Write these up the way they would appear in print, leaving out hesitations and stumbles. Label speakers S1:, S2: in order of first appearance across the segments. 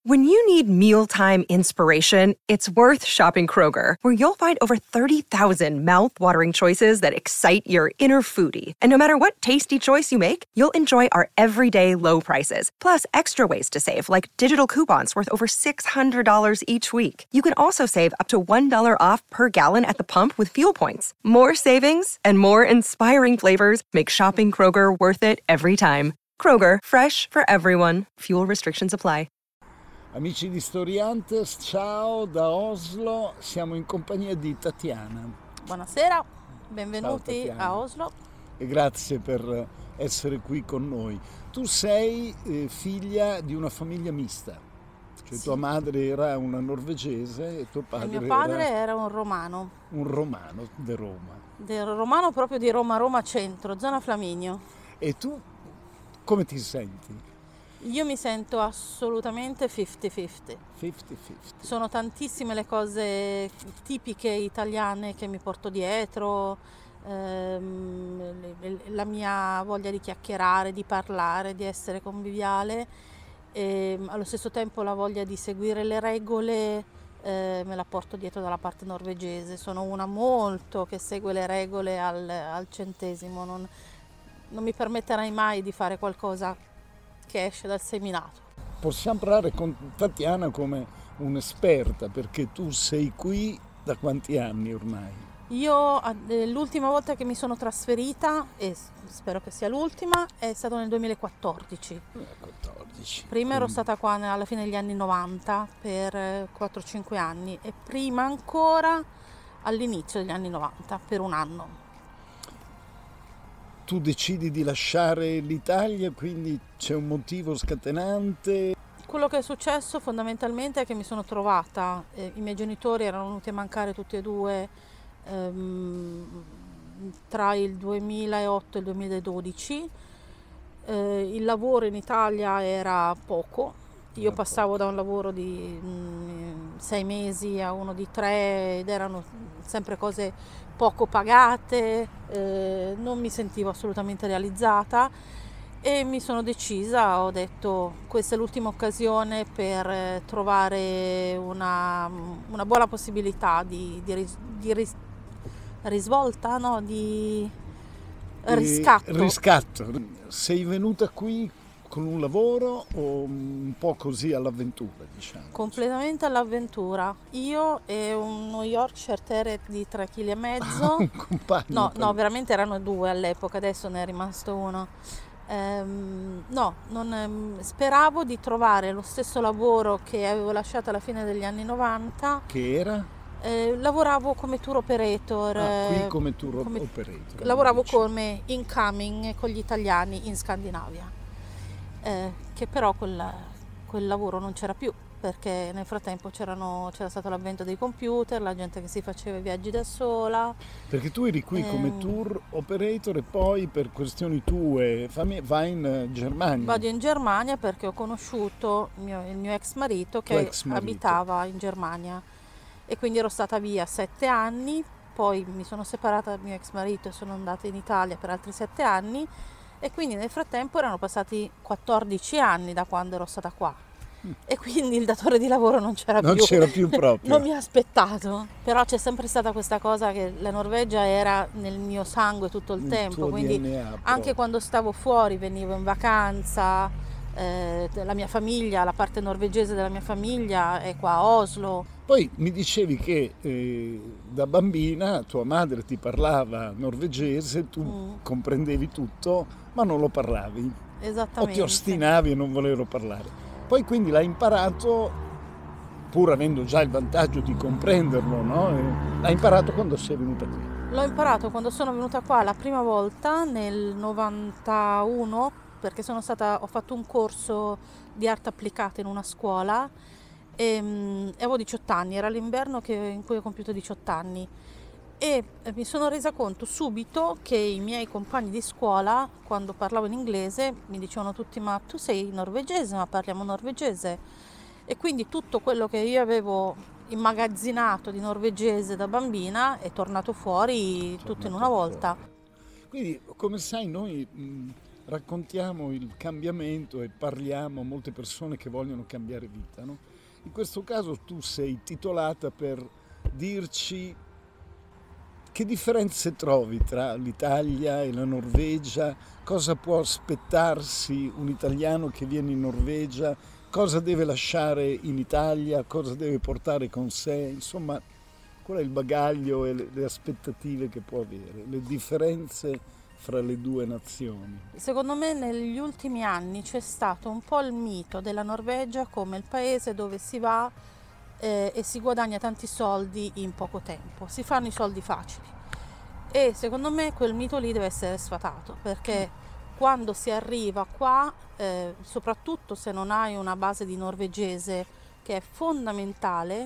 S1: When you need mealtime inspiration, it's worth shopping Kroger, where you'll find over 30,000 mouth-watering choices that excite your inner foodie. And no matter what tasty choice you make, you'll enjoy our everyday low prices, plus extra ways to save, like digital coupons worth over $600 each week. You can also save up to $1 off per gallon at the pump with fuel points. More savings and more inspiring flavors make shopping Kroger worth it every time. Kroger, fresh for everyone. Fuel restrictions apply.
S2: Amici di Storyhunters, ciao da Oslo, siamo in compagnia di Tatiana.
S3: Buonasera, benvenuti
S2: Ciao,
S3: a Oslo.
S2: E grazie per essere qui con noi. Tu sei figlia di una famiglia mista, cioè
S3: Sì.
S2: tua madre era una norvegese e tuo padre
S3: Mio padre era un romano,
S2: un romano di Roma.
S3: del romano proprio di Roma Centro, zona Flaminio.
S2: E tu come ti senti?
S3: Io mi sento assolutamente 50-50.
S2: 50-50.
S3: Sono tantissime le cose tipiche italiane che mi porto dietro, la mia voglia di chiacchierare, di parlare, di essere conviviale e allo stesso tempo la voglia di seguire le regole me la porto dietro dalla parte norvegese. Sono una molto che segue le regole al centesimo, non mi permetterai mai di fare qualcosa che esce dal seminato.
S2: Possiamo parlare con Tatiana come un'esperta, perché tu sei qui da quanti anni ormai?
S3: Io l'ultima volta che mi sono trasferita, e spero che sia l'ultima, è stato nel 2014.
S2: 14.
S3: Prima ero stata qua alla fine degli anni 90 per 4-5 anni e prima ancora all'inizio degli anni 90 per un anno.
S2: Tu decidi di lasciare l'Italia, quindi c'è un motivo scatenante?
S3: Quello che è successo fondamentalmente è che mi sono trovata, i miei genitori erano venuti a mancare tutti e due tra il 2008 e il 2012, il lavoro in Italia era poco, io passavo da un lavoro di 6 mesi a uno di 3 ed erano sempre cose poco pagate, non mi sentivo assolutamente realizzata e mi sono decisa, ho detto questa è l'ultima occasione per trovare una buona possibilità di risvolta, no? Di riscatto.
S2: Sei venuta qui con un lavoro o un po' così all'avventura, diciamo?
S3: Completamente all'avventura. Io e uno Yorkshire Terrier di 3,5 kg.
S2: Un compagno?
S3: No, veramente erano 2 all'epoca, adesso ne è rimasto uno. Speravo di trovare lo stesso lavoro che avevo lasciato alla fine degli anni 90.
S2: Che era?
S3: Lavoravo come tour operator.
S2: Qui come tour operator.
S3: Lavoravo come incoming con gli italiani in Scandinavia. Che però quel lavoro non c'era più perché nel frattempo c'era stato l'avvento dei computer, la gente che si faceva i viaggi da sola.
S2: Perché tu eri qui come tour operator e poi per questioni tue vai in Germania.
S3: Vado in Germania perché ho conosciuto il mio ex marito che abitava in Germania e quindi ero stata via 7 anni, poi mi sono separata dal mio ex marito e sono andata in Italia per altri 7 anni. E quindi nel frattempo erano passati 14 anni da quando ero stata qua e quindi il datore di lavoro non c'era
S2: più proprio.
S3: Non mi ha aspettato, però c'è sempre stata questa cosa che la Norvegia era nel mio sangue tutto il tempo, quindi
S2: DNA,
S3: anche quando stavo fuori venivo in vacanza, la mia famiglia, la parte norvegese della mia famiglia è qua a Oslo.
S2: Poi mi dicevi che da bambina tua madre ti parlava norvegese, tu comprendevi tutto, ma non lo parlavi.
S3: Esattamente.
S2: O ti ostinavi e non volevo parlare. Poi quindi l'hai imparato, pur avendo già il vantaggio di comprenderlo, no? L'hai imparato quando sei venuta qui.
S3: L'ho imparato quando sono venuta qua la prima volta nel 91, perché ho fatto un corso di arte applicata in una scuola e avevo 18 anni, era l'inverno in cui ho compiuto 18 anni e mi sono resa conto subito che i miei compagni di scuola, quando parlavo in inglese, mi dicevano tutti ma tu sei norvegese, ma parliamo norvegese, e quindi tutto quello che io avevo immagazzinato di norvegese da bambina è tornato fuori tutto in una volta.
S2: Quindi, come sai, noi raccontiamo il cambiamento e parliamo a molte persone che vogliono cambiare vita, no? In questo caso tu sei titolata per dirci che differenze trovi tra l'Italia e la Norvegia, cosa può aspettarsi un italiano che viene in Norvegia, cosa deve lasciare in Italia, cosa deve portare con sé, insomma, qual è il bagaglio e le aspettative che può avere, le differenze fra le due nazioni.
S3: Secondo me negli ultimi anni c'è stato un po' il mito della Norvegia come il paese dove si va e si guadagna tanti soldi in poco tempo, si fanno i soldi facili, e secondo me quel mito lì deve essere sfatato, perché quando si arriva qua, soprattutto se non hai una base di norvegese che è fondamentale,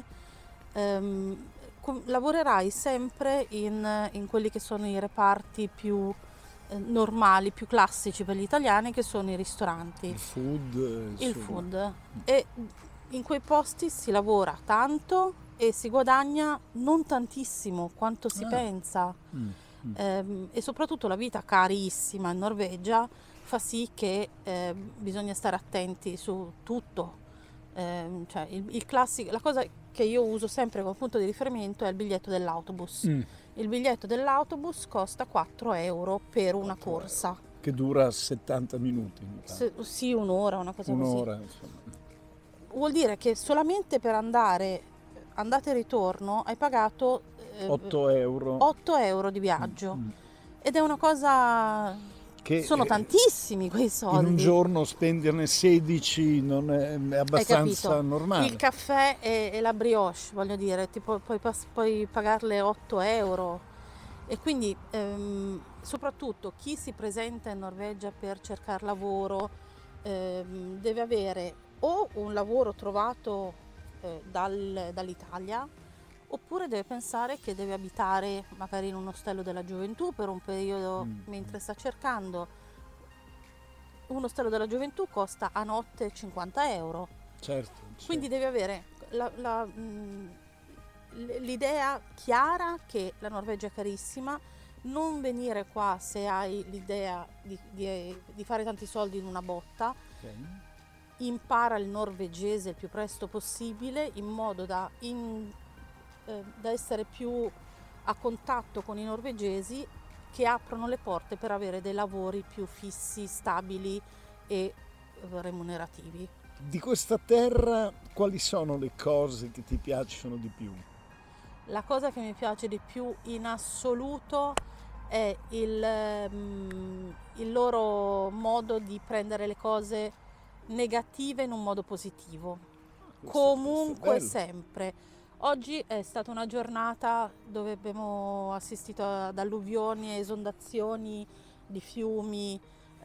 S3: lavorerai sempre in quelli che sono i reparti più normali, più classici per gli italiani, che sono i ristoranti, il food. E in quei posti si lavora tanto e si guadagna non tantissimo quanto si pensa. E soprattutto la vita carissima in Norvegia fa sì che bisogna stare attenti su tutto. Cioè il classico, la cosa che io uso sempre come punto di riferimento è il biglietto dell'autobus. Il biglietto dell'autobus costa 4 euro per una corsa.
S2: Che dura 70 minuti.
S3: Sì, un'ora, una cosa così.
S2: Un'ora, insomma.
S3: Vuol dire che solamente per andata e ritorno hai pagato
S2: 8 euro.
S3: 8 euro di viaggio. Ed è una cosa... Che sono tantissimi quei soldi.
S2: In un giorno spenderne 16 non è abbastanza normale.
S3: Il caffè e la brioche, voglio dire, puoi pagarle 8 euro. E quindi soprattutto chi si presenta in Norvegia per cercare lavoro deve avere o un lavoro trovato dall'Italia, oppure deve pensare che deve abitare magari in un ostello della gioventù per un periodo mentre sta cercando. Un ostello della gioventù costa a notte 50 euro.
S2: Certo.
S3: Quindi devi avere l'idea chiara che la Norvegia è carissima, non venire qua se hai l'idea di fare tanti soldi in una botta.
S2: Okay.
S3: Impara il norvegese il più presto possibile in modo da essere più a contatto con i norvegesi, che aprono le porte per avere dei lavori più fissi, stabili e remunerativi.
S2: Di questa terra quali sono le cose che ti piacciono di più?
S3: La cosa che mi piace di più in assoluto è il loro modo di prendere le cose negative in un modo positivo. Comunque sempre. Oggi è stata una giornata dove abbiamo assistito ad alluvioni e esondazioni di fiumi.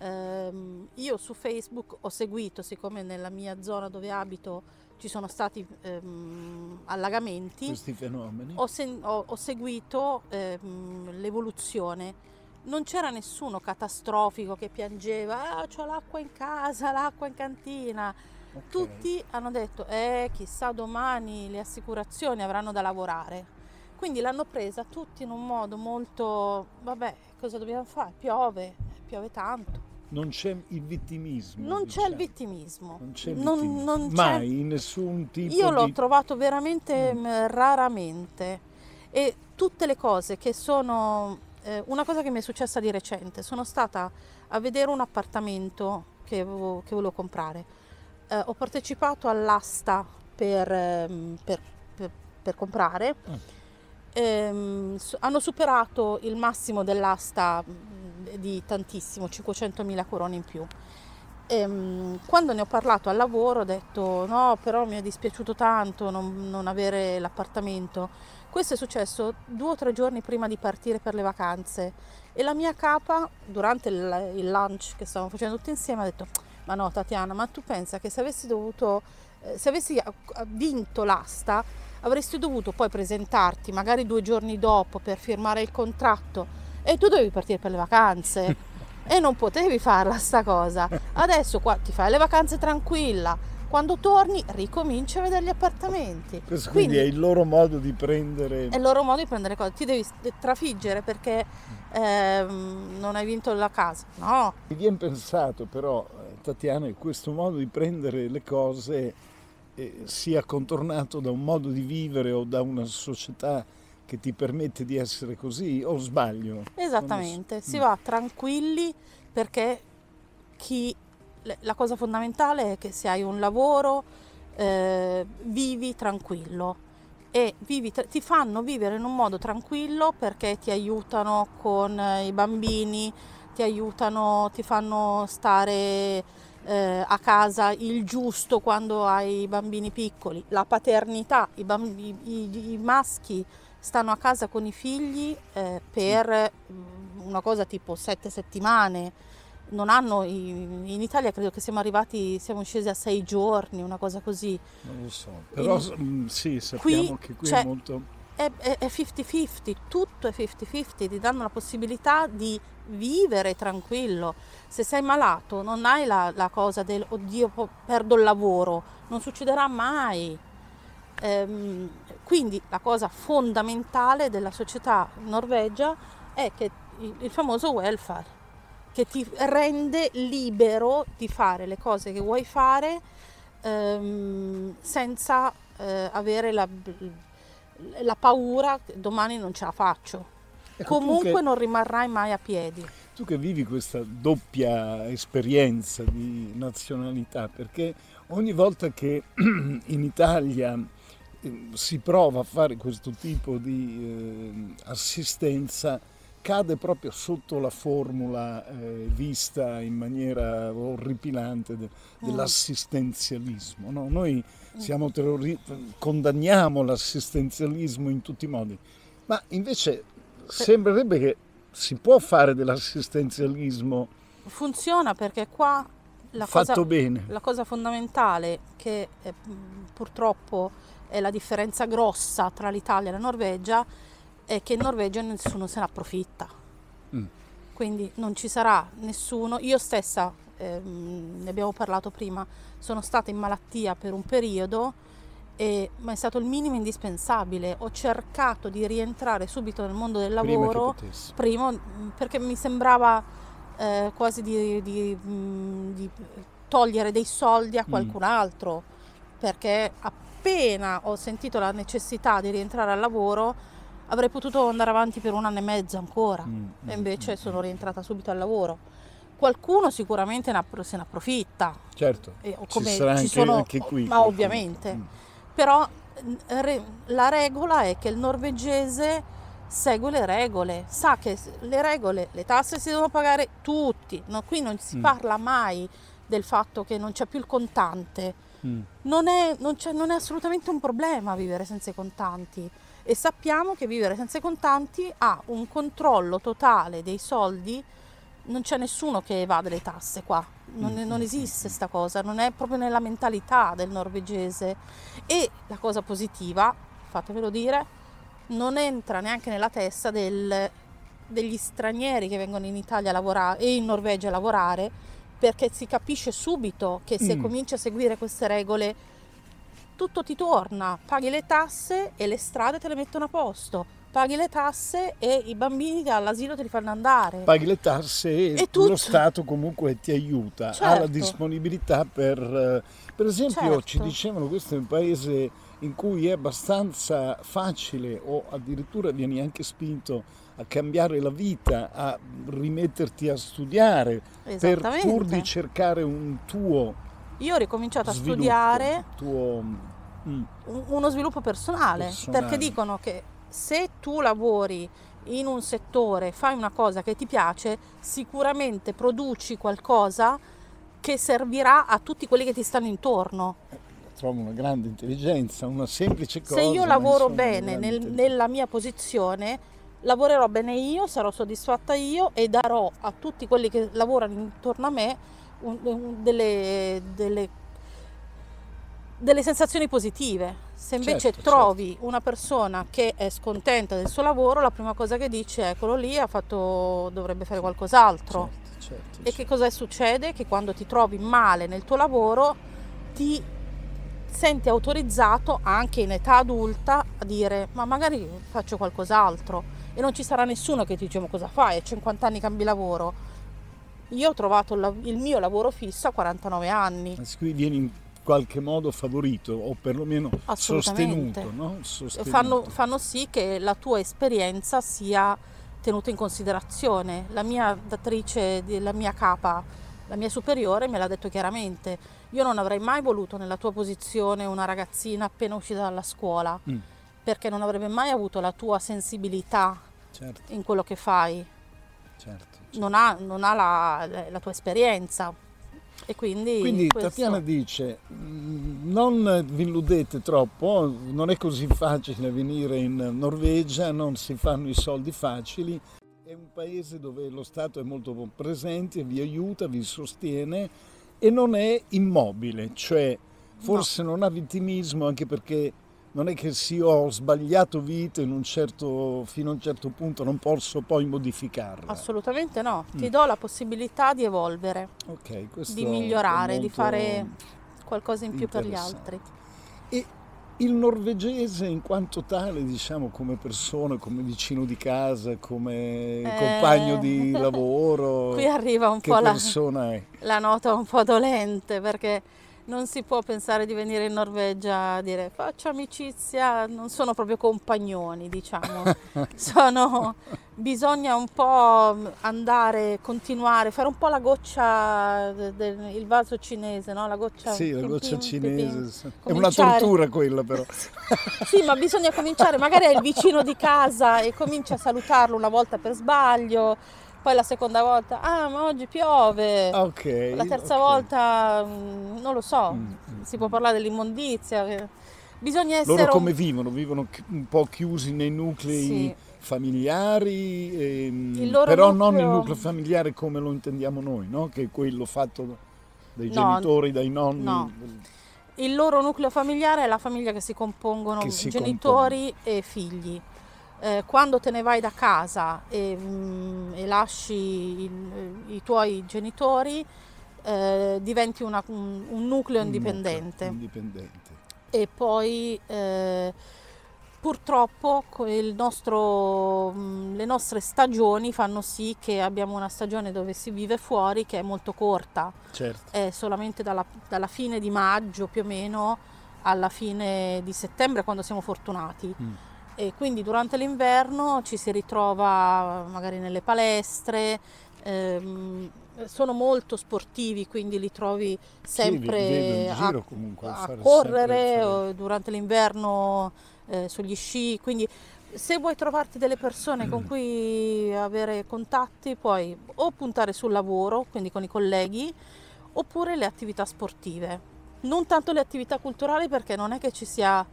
S3: Io su Facebook ho seguito, siccome nella mia zona dove abito ci sono stati allagamenti,
S2: questi fenomeni,
S3: ho seguito l'evoluzione. Non c'era nessuno catastrofico che piangeva, c'ho l'acqua in casa, l'acqua in cantina. Okay. Tutti hanno detto, chissà domani le assicurazioni avranno da lavorare. Quindi l'hanno presa tutti in un modo molto, vabbè, cosa dobbiamo fare? Piove tanto.
S2: Non c'è il vittimismo.
S3: Non c'è il vittimismo.
S2: Non c'è il vittimismo. Non mai, in nessun tipo
S3: Io l'ho trovato veramente raramente. E tutte le cose che sono... una cosa che mi è successa di recente, sono stata a vedere un appartamento che volevo comprare. Ho partecipato all'asta per comprare. Hanno superato il massimo dell'asta di tantissimo, 500.000 corone in più. Quando ne ho parlato al lavoro ho detto no, però mi è dispiaciuto tanto non avere l'appartamento. Questo è successo 2 o 3 giorni prima di partire per le vacanze, e la mia capa durante il lunch che stavamo facendo tutti insieme ha detto: ma no Tatiana, ma tu pensa che se avessi vinto l'asta avresti dovuto poi presentarti magari 2 giorni dopo per firmare il contratto, e tu dovevi partire per le vacanze e non potevi farla sta cosa. Adesso qua ti fai le vacanze tranquilla, quando torni ricominci a vedere gli appartamenti.
S2: Questo quindi è il loro modo di prendere...
S3: È il loro modo di prendere cose. Ti devi trafiggere perché non hai vinto la casa. No,
S2: Mi viene pensato però, Tatiana, che questo modo di prendere le cose sia contornato da un modo di vivere o da una società che ti permette di essere così, o sbaglio? Non lo so.
S3: esattamente, si va tranquilli perché la cosa fondamentale è che se hai un lavoro vivi tranquillo e ti fanno vivere in un modo tranquillo perché ti aiutano con i bambini, ti fanno stare a casa il giusto quando hai bambini piccoli, la paternità, i maschi stanno a casa con i figli per una cosa tipo 7 settimane. Non hanno, in Italia credo che siamo scesi a 6 giorni, una cosa così.
S2: Non lo so, però sì, sappiamo che qui è molto...
S3: È 50-50, tutto è 50-50, ti danno la possibilità di vivere tranquillo. Se sei malato non hai la cosa del oddio perdo il lavoro, non succederà mai. Quindi la cosa fondamentale della società norvegia è che il famoso welfare, che ti rende libero di fare le cose che vuoi fare senza avere la paura che domani non ce la faccio.
S2: Ecco,
S3: Comunque non rimarrai mai a piedi.
S2: Tu che vivi questa doppia esperienza di nazionalità, perché ogni volta che in Italia si prova a fare questo tipo di assistenza, cade proprio sotto la formula vista in maniera orripilante dell'assistenzialismo, no? Noi siamo condanniamo l'assistenzialismo in tutti i modi, ma invece sembrerebbe che si può fare dell'assistenzialismo
S3: Funziona perché qua
S2: fatto bene.
S3: la cosa fondamentale che purtroppo è la differenza grossa tra l'Italia e la Norvegia è che in Norvegia nessuno se ne approfitta. Quindi non ci sarà nessuno. Io stessa, ne abbiamo parlato prima, sono stata in malattia per un periodo, ma è stato il minimo indispensabile. Ho cercato di rientrare subito nel mondo del lavoro, prima perché mi sembrava quasi di togliere dei soldi a qualcun altro, perché appena ho sentito la necessità di rientrare al lavoro avrei potuto andare avanti per 1 anno e mezzo ancora, e invece sono rientrata subito al lavoro. Qualcuno sicuramente se ne approfitta,
S2: certo,
S3: come
S2: ci sarà
S3: ci sono,
S2: anche qui,
S3: ma ovviamente. Però la regola è che il norvegese segue le regole, sa che le regole, le tasse si devono pagare tutti, no? Qui non si parla mai del fatto che non c'è più il contante. Non è assolutamente un problema vivere senza i contanti, e sappiamo che vivere senza i contanti ha un controllo totale dei soldi. Non c'è nessuno che evade le tasse qua, non esiste sta cosa, non è proprio nella mentalità del norvegese. E la cosa positiva, fatevelo dire, non entra neanche nella testa degli stranieri che vengono in Italia a lavorare e in Norvegia a lavorare, perché si capisce subito che se cominci a seguire queste regole tutto ti torna, paghi le tasse e le strade te le mettono a posto, paghi le tasse e i bambini all'asilo te li fanno andare.
S2: Paghi le tasse e lo Stato comunque ti aiuta,
S3: certo,
S2: ha la disponibilità per esempio,
S3: certo,
S2: ci dicevano questo è un paese in cui è abbastanza facile o addirittura vieni anche spinto a cambiare la vita, a rimetterti a studiare pur di cercare un tuo
S3: Io ho ricominciato a
S2: sviluppo,
S3: studiare
S2: uno
S3: sviluppo personale, perché dicono che se tu lavori in un settore, fai una cosa che ti piace, sicuramente produci qualcosa che servirà a tutti quelli che ti stanno intorno.
S2: Trovo una grande intelligenza, una semplice cosa.
S3: Se io lavoro bene nella mia posizione, lavorerò bene io, sarò soddisfatta io e darò a tutti quelli che lavorano intorno a me delle sensazioni positive. Se invece trovi una persona che è scontenta del suo lavoro, la prima cosa che dice eccolo lì, dovrebbe fare qualcos'altro. E che cosa succede? Che quando ti trovi male nel tuo lavoro ti senti autorizzato anche in età adulta a dire ma magari faccio qualcos'altro, e non ci sarà nessuno che ti dice ma cosa fai, a 50 anni cambi lavoro. Io ho trovato il mio lavoro fisso a 49 anni.
S2: Qui vieni in qualche modo favorito o perlomeno
S3: Assolutamente.
S2: sostenuto, no? Sostenuto.
S3: Fanno sì che la tua esperienza sia tenuta in considerazione. La mia datrice, la mia capa, la mia superiore me l'ha detto chiaramente: io non avrei mai voluto nella tua posizione una ragazzina appena uscita dalla scuola, perché non avrebbe mai avuto la tua sensibilità
S2: Certo,
S3: in quello che fai,
S2: certo.
S3: non ha la tua esperienza. E quindi questo...
S2: Tatiana dice, non vi illudete troppo, non è così facile venire in Norvegia, non si fanno i soldi facili, è un paese dove lo Stato è molto presente, vi aiuta, vi sostiene e non è immobile, cioè forse non ha vittimismo, anche perché non è che se io ho sbagliato vita fino a un certo punto non posso poi modificarla.
S3: Assolutamente no, ti do la possibilità di evolvere,
S2: Ok, questo
S3: di migliorare,
S2: è
S3: di
S2: molto
S3: fare qualcosa in più per gli
S2: interessante.
S3: altri.
S2: E il norvegese in quanto tale, diciamo, come persona, come vicino di casa, come compagno di lavoro,
S3: Qui arriva un
S2: che
S3: po'
S2: persona è?
S3: la nota un po' dolente, perché non si può pensare di venire in Norvegia a dire faccio amicizia, non sono proprio compagnoni, diciamo. Bisogna un po' andare, continuare, fare un po' la goccia il vaso cinese, no? La goccia,
S2: Sì, la
S3: pim,
S2: goccia
S3: pim,
S2: cinese.
S3: pim.
S2: È una tortura quella però.
S3: Sì, ma bisogna cominciare, magari è il vicino di casa e cominci a salutarlo una volta per sbaglio, poi la seconda volta, ma oggi piove,
S2: Ok.
S3: la terza volta, non lo so, si può parlare dell'immondizia, bisogna essere...
S2: Loro come vivono? Vivono un po' chiusi nei nuclei
S3: Sì.
S2: familiari,
S3: Il loro
S2: però non il
S3: nucleo-
S2: nucleo familiare come lo intendiamo noi, no? Che è quello fatto dai
S3: No,
S2: genitori, dai nonni.
S3: no. Il loro nucleo familiare è la famiglia che si compongono
S2: Che si
S3: genitori e figli. Quando te ne vai da casa e lasci i tuoi genitori, diventi un nucleo indipendente. E poi purtroppo le nostre stagioni fanno sì che abbiamo una stagione dove si vive fuori che è molto corta.
S2: Certo.
S3: È solamente dalla fine di maggio più o meno alla fine di settembre, quando siamo fortunati. E quindi durante l'inverno ci si ritrova magari nelle palestre, sono molto sportivi, quindi li trovi sempre
S2: vedo in giro comunque
S3: a
S2: fare
S3: correre
S2: sempre-
S3: o durante l'inverno sugli sci, quindi se vuoi trovarti delle persone con cui avere contatti puoi o puntare sul lavoro, quindi con i colleghi, oppure le attività sportive, non tanto le attività culturali perché non è che ci sia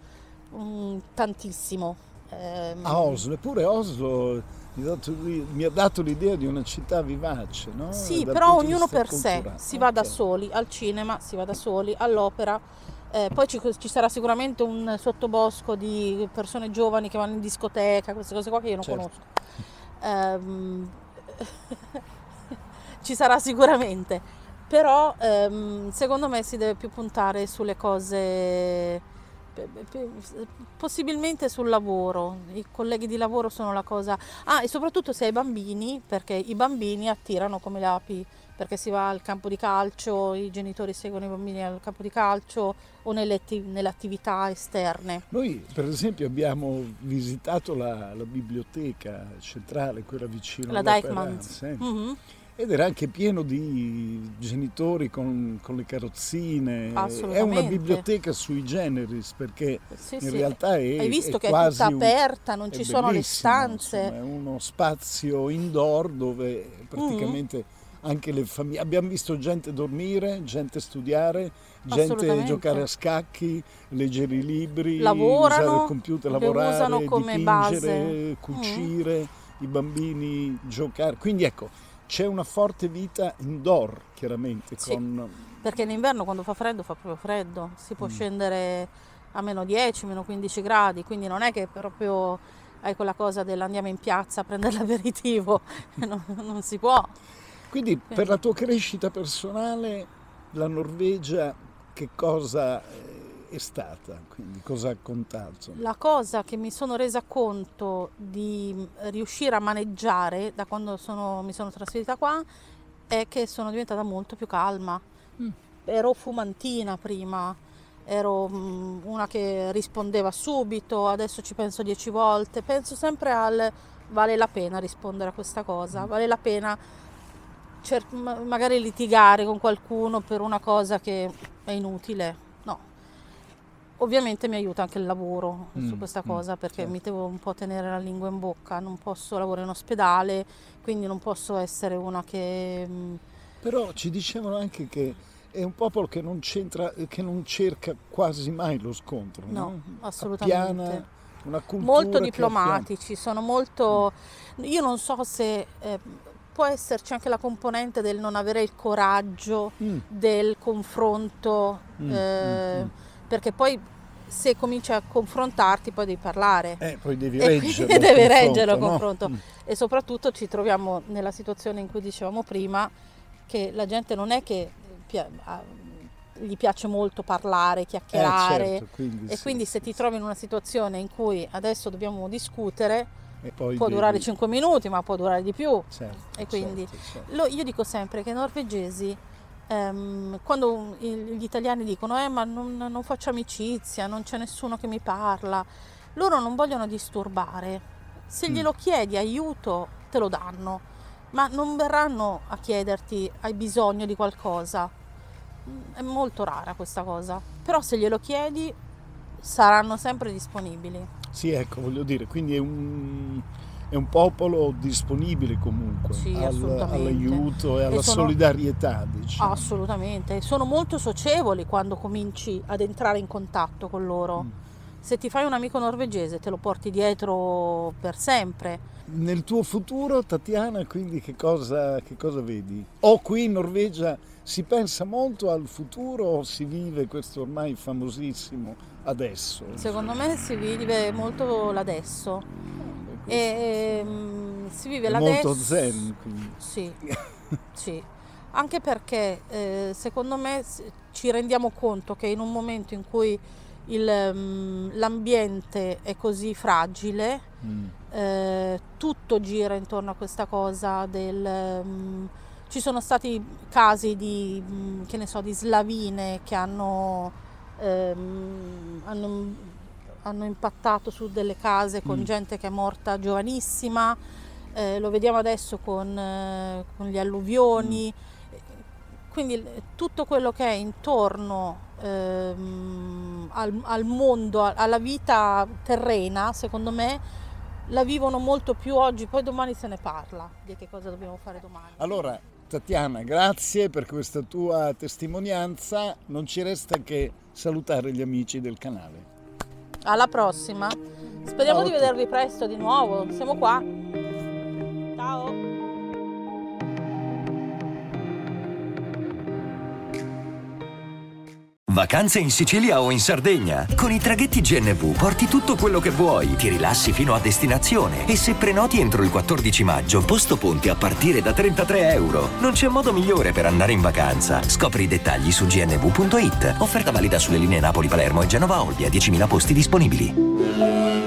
S3: tantissimo.
S2: A Oslo, eppure Oslo mi ha dato l'idea di una città vivace, no?
S3: Sì,
S2: Dal
S3: però
S2: punto di
S3: ognuno
S2: vista
S3: per sé,
S2: culturale.
S3: si va da
S2: Ok.
S3: soli, al cinema si va da soli, all'opera, poi ci sarà sicuramente un sottobosco di persone giovani che vanno in discoteca, queste cose qua che io non
S2: Certo.
S3: conosco. Ci sarà sicuramente, però secondo me si deve più puntare sulle cose, possibilmente sul lavoro. I colleghi di lavoro sono la cosa. E soprattutto se hai bambini, perché i bambini attirano come le api, perché si va al campo di calcio, i genitori seguono i bambini al campo di calcio o nelle attività esterne.
S2: Noi per esempio abbiamo visitato la biblioteca centrale, quella vicino
S3: La
S2: all'Opera,
S3: Dijkmans.
S2: sì.
S3: Mhm.
S2: Ed era anche pieno di genitori con le carrozzine. È una
S3: Assolutamente.
S2: biblioteca sui generis, perché
S3: Sì,
S2: in
S3: sì.
S2: realtà
S3: Hai visto
S2: è
S3: che è
S2: quasi
S3: tutta aperta, non
S2: è
S3: ci sono le
S2: bellissimo,
S3: stanze.
S2: insomma, è uno spazio indoor dove praticamente anche le famiglie. Abbiamo visto gente dormire, gente studiare, gente
S3: Assolutamente.
S2: giocare a scacchi, leggere i libri,
S3: Lavorano,
S2: usare il computer,
S3: le
S2: lavorare,
S3: usano come
S2: dipingere,
S3: base.
S2: cucire, i bambini giocare. Quindi ecco, c'è una forte vita indoor, chiaramente,
S3: Sì.
S2: con
S3: Perché in inverno quando fa freddo fa proprio freddo, si può scendere a meno 10, meno 15 gradi, quindi non è che proprio hai quella cosa dell'andiamo in piazza a prendere l'aperitivo, non si può.
S2: Quindi per la tua crescita personale, la Norvegia che cosa è stata? Quindi cosa ha contato?
S3: La cosa che mi sono resa conto di riuscire a maneggiare da quando mi sono trasferita qua è che sono diventata molto più calma. Ero fumantina prima, ero una che rispondeva subito, adesso ci penso 10 volte, penso sempre vale la pena rispondere a questa cosa, vale la pena magari litigare con qualcuno per una cosa che è inutile. No, ovviamente mi aiuta anche il lavoro su questa cosa, perché
S2: certo.
S3: mi devo un po' tenere la lingua in bocca, non posso lavorare in ospedale, quindi non posso essere una che...
S2: Però ci dicevano anche che è un popolo che non cerca quasi mai lo scontro,
S3: No, assolutamente.
S2: Appiana una cultura
S3: Molto
S2: che
S3: diplomatici, sono molto... Io non so se può esserci anche la componente del non avere il coraggio del confronto, perché poi se cominci a confrontarti poi devi parlare.
S2: Poi devi
S3: E
S2: reggerlo.
S3: quindi devi reggere il
S2: no?
S3: confronto. E soprattutto ci troviamo nella situazione in cui dicevamo prima, che la gente non è che gli piace molto parlare, chiacchierare,
S2: certo,
S3: quindi se ti trovi in una situazione in cui adesso dobbiamo discutere,
S2: E poi
S3: può durare 5 minuti, ma può durare di più.
S2: Certo,
S3: E quindi
S2: certo.
S3: io dico sempre che i norvegesi, quando gli italiani dicono ma non faccio amicizia, non c'è nessuno che mi parla, loro non vogliono disturbare. Se glielo chiedi aiuto, te lo danno, ma non verranno a chiederti hai bisogno di qualcosa. È molto rara questa cosa, però se glielo chiedi saranno sempre disponibili.
S2: Sì, ecco, voglio dire, quindi è un popolo disponibile comunque
S3: Sì, assolutamente.
S2: all'aiuto e alla solidarietà, diciamo.
S3: Assolutamente, sono molto socievoli quando cominci ad entrare in contatto con loro. Se ti fai un amico norvegese te lo porti dietro per sempre.
S2: Nel tuo futuro, Tatiana, quindi che cosa vedi? O qui in Norvegia si pensa molto al futuro o si vive questo ormai famosissimo adesso?
S3: Secondo me si vive molto l'adesso. Si vive
S2: è
S3: l'adesso.
S2: Molto zen, quindi.
S3: Sì, sì. Anche perché secondo me ci rendiamo conto che in un momento in cui l'ambiente è così fragile, tutto gira intorno a questa cosa ci sono stati casi di slavine che hanno impattato su delle case con gente che è morta giovanissima, lo vediamo adesso con gli alluvioni, quindi tutto quello che è intorno al mondo, alla vita terrena, secondo me la vivono molto più oggi, poi domani se ne parla di che cosa dobbiamo fare domani.
S2: Allora, Tatiana, grazie per questa tua testimonianza, non ci resta che salutare gli amici del canale.
S3: Alla prossima, speriamo di vedervi presto di nuovo, siamo qua. Ciao!
S4: Vacanze in Sicilia o in Sardegna? Con i traghetti GNV porti tutto quello che vuoi, ti rilassi fino a destinazione e se prenoti entro il 14 maggio, posto ponti a partire da €33. Non c'è modo migliore per andare in vacanza. Scopri i dettagli su gnv.it. Offerta valida sulle linee Napoli-Palermo e Genova-Olbia, 10.000 posti disponibili.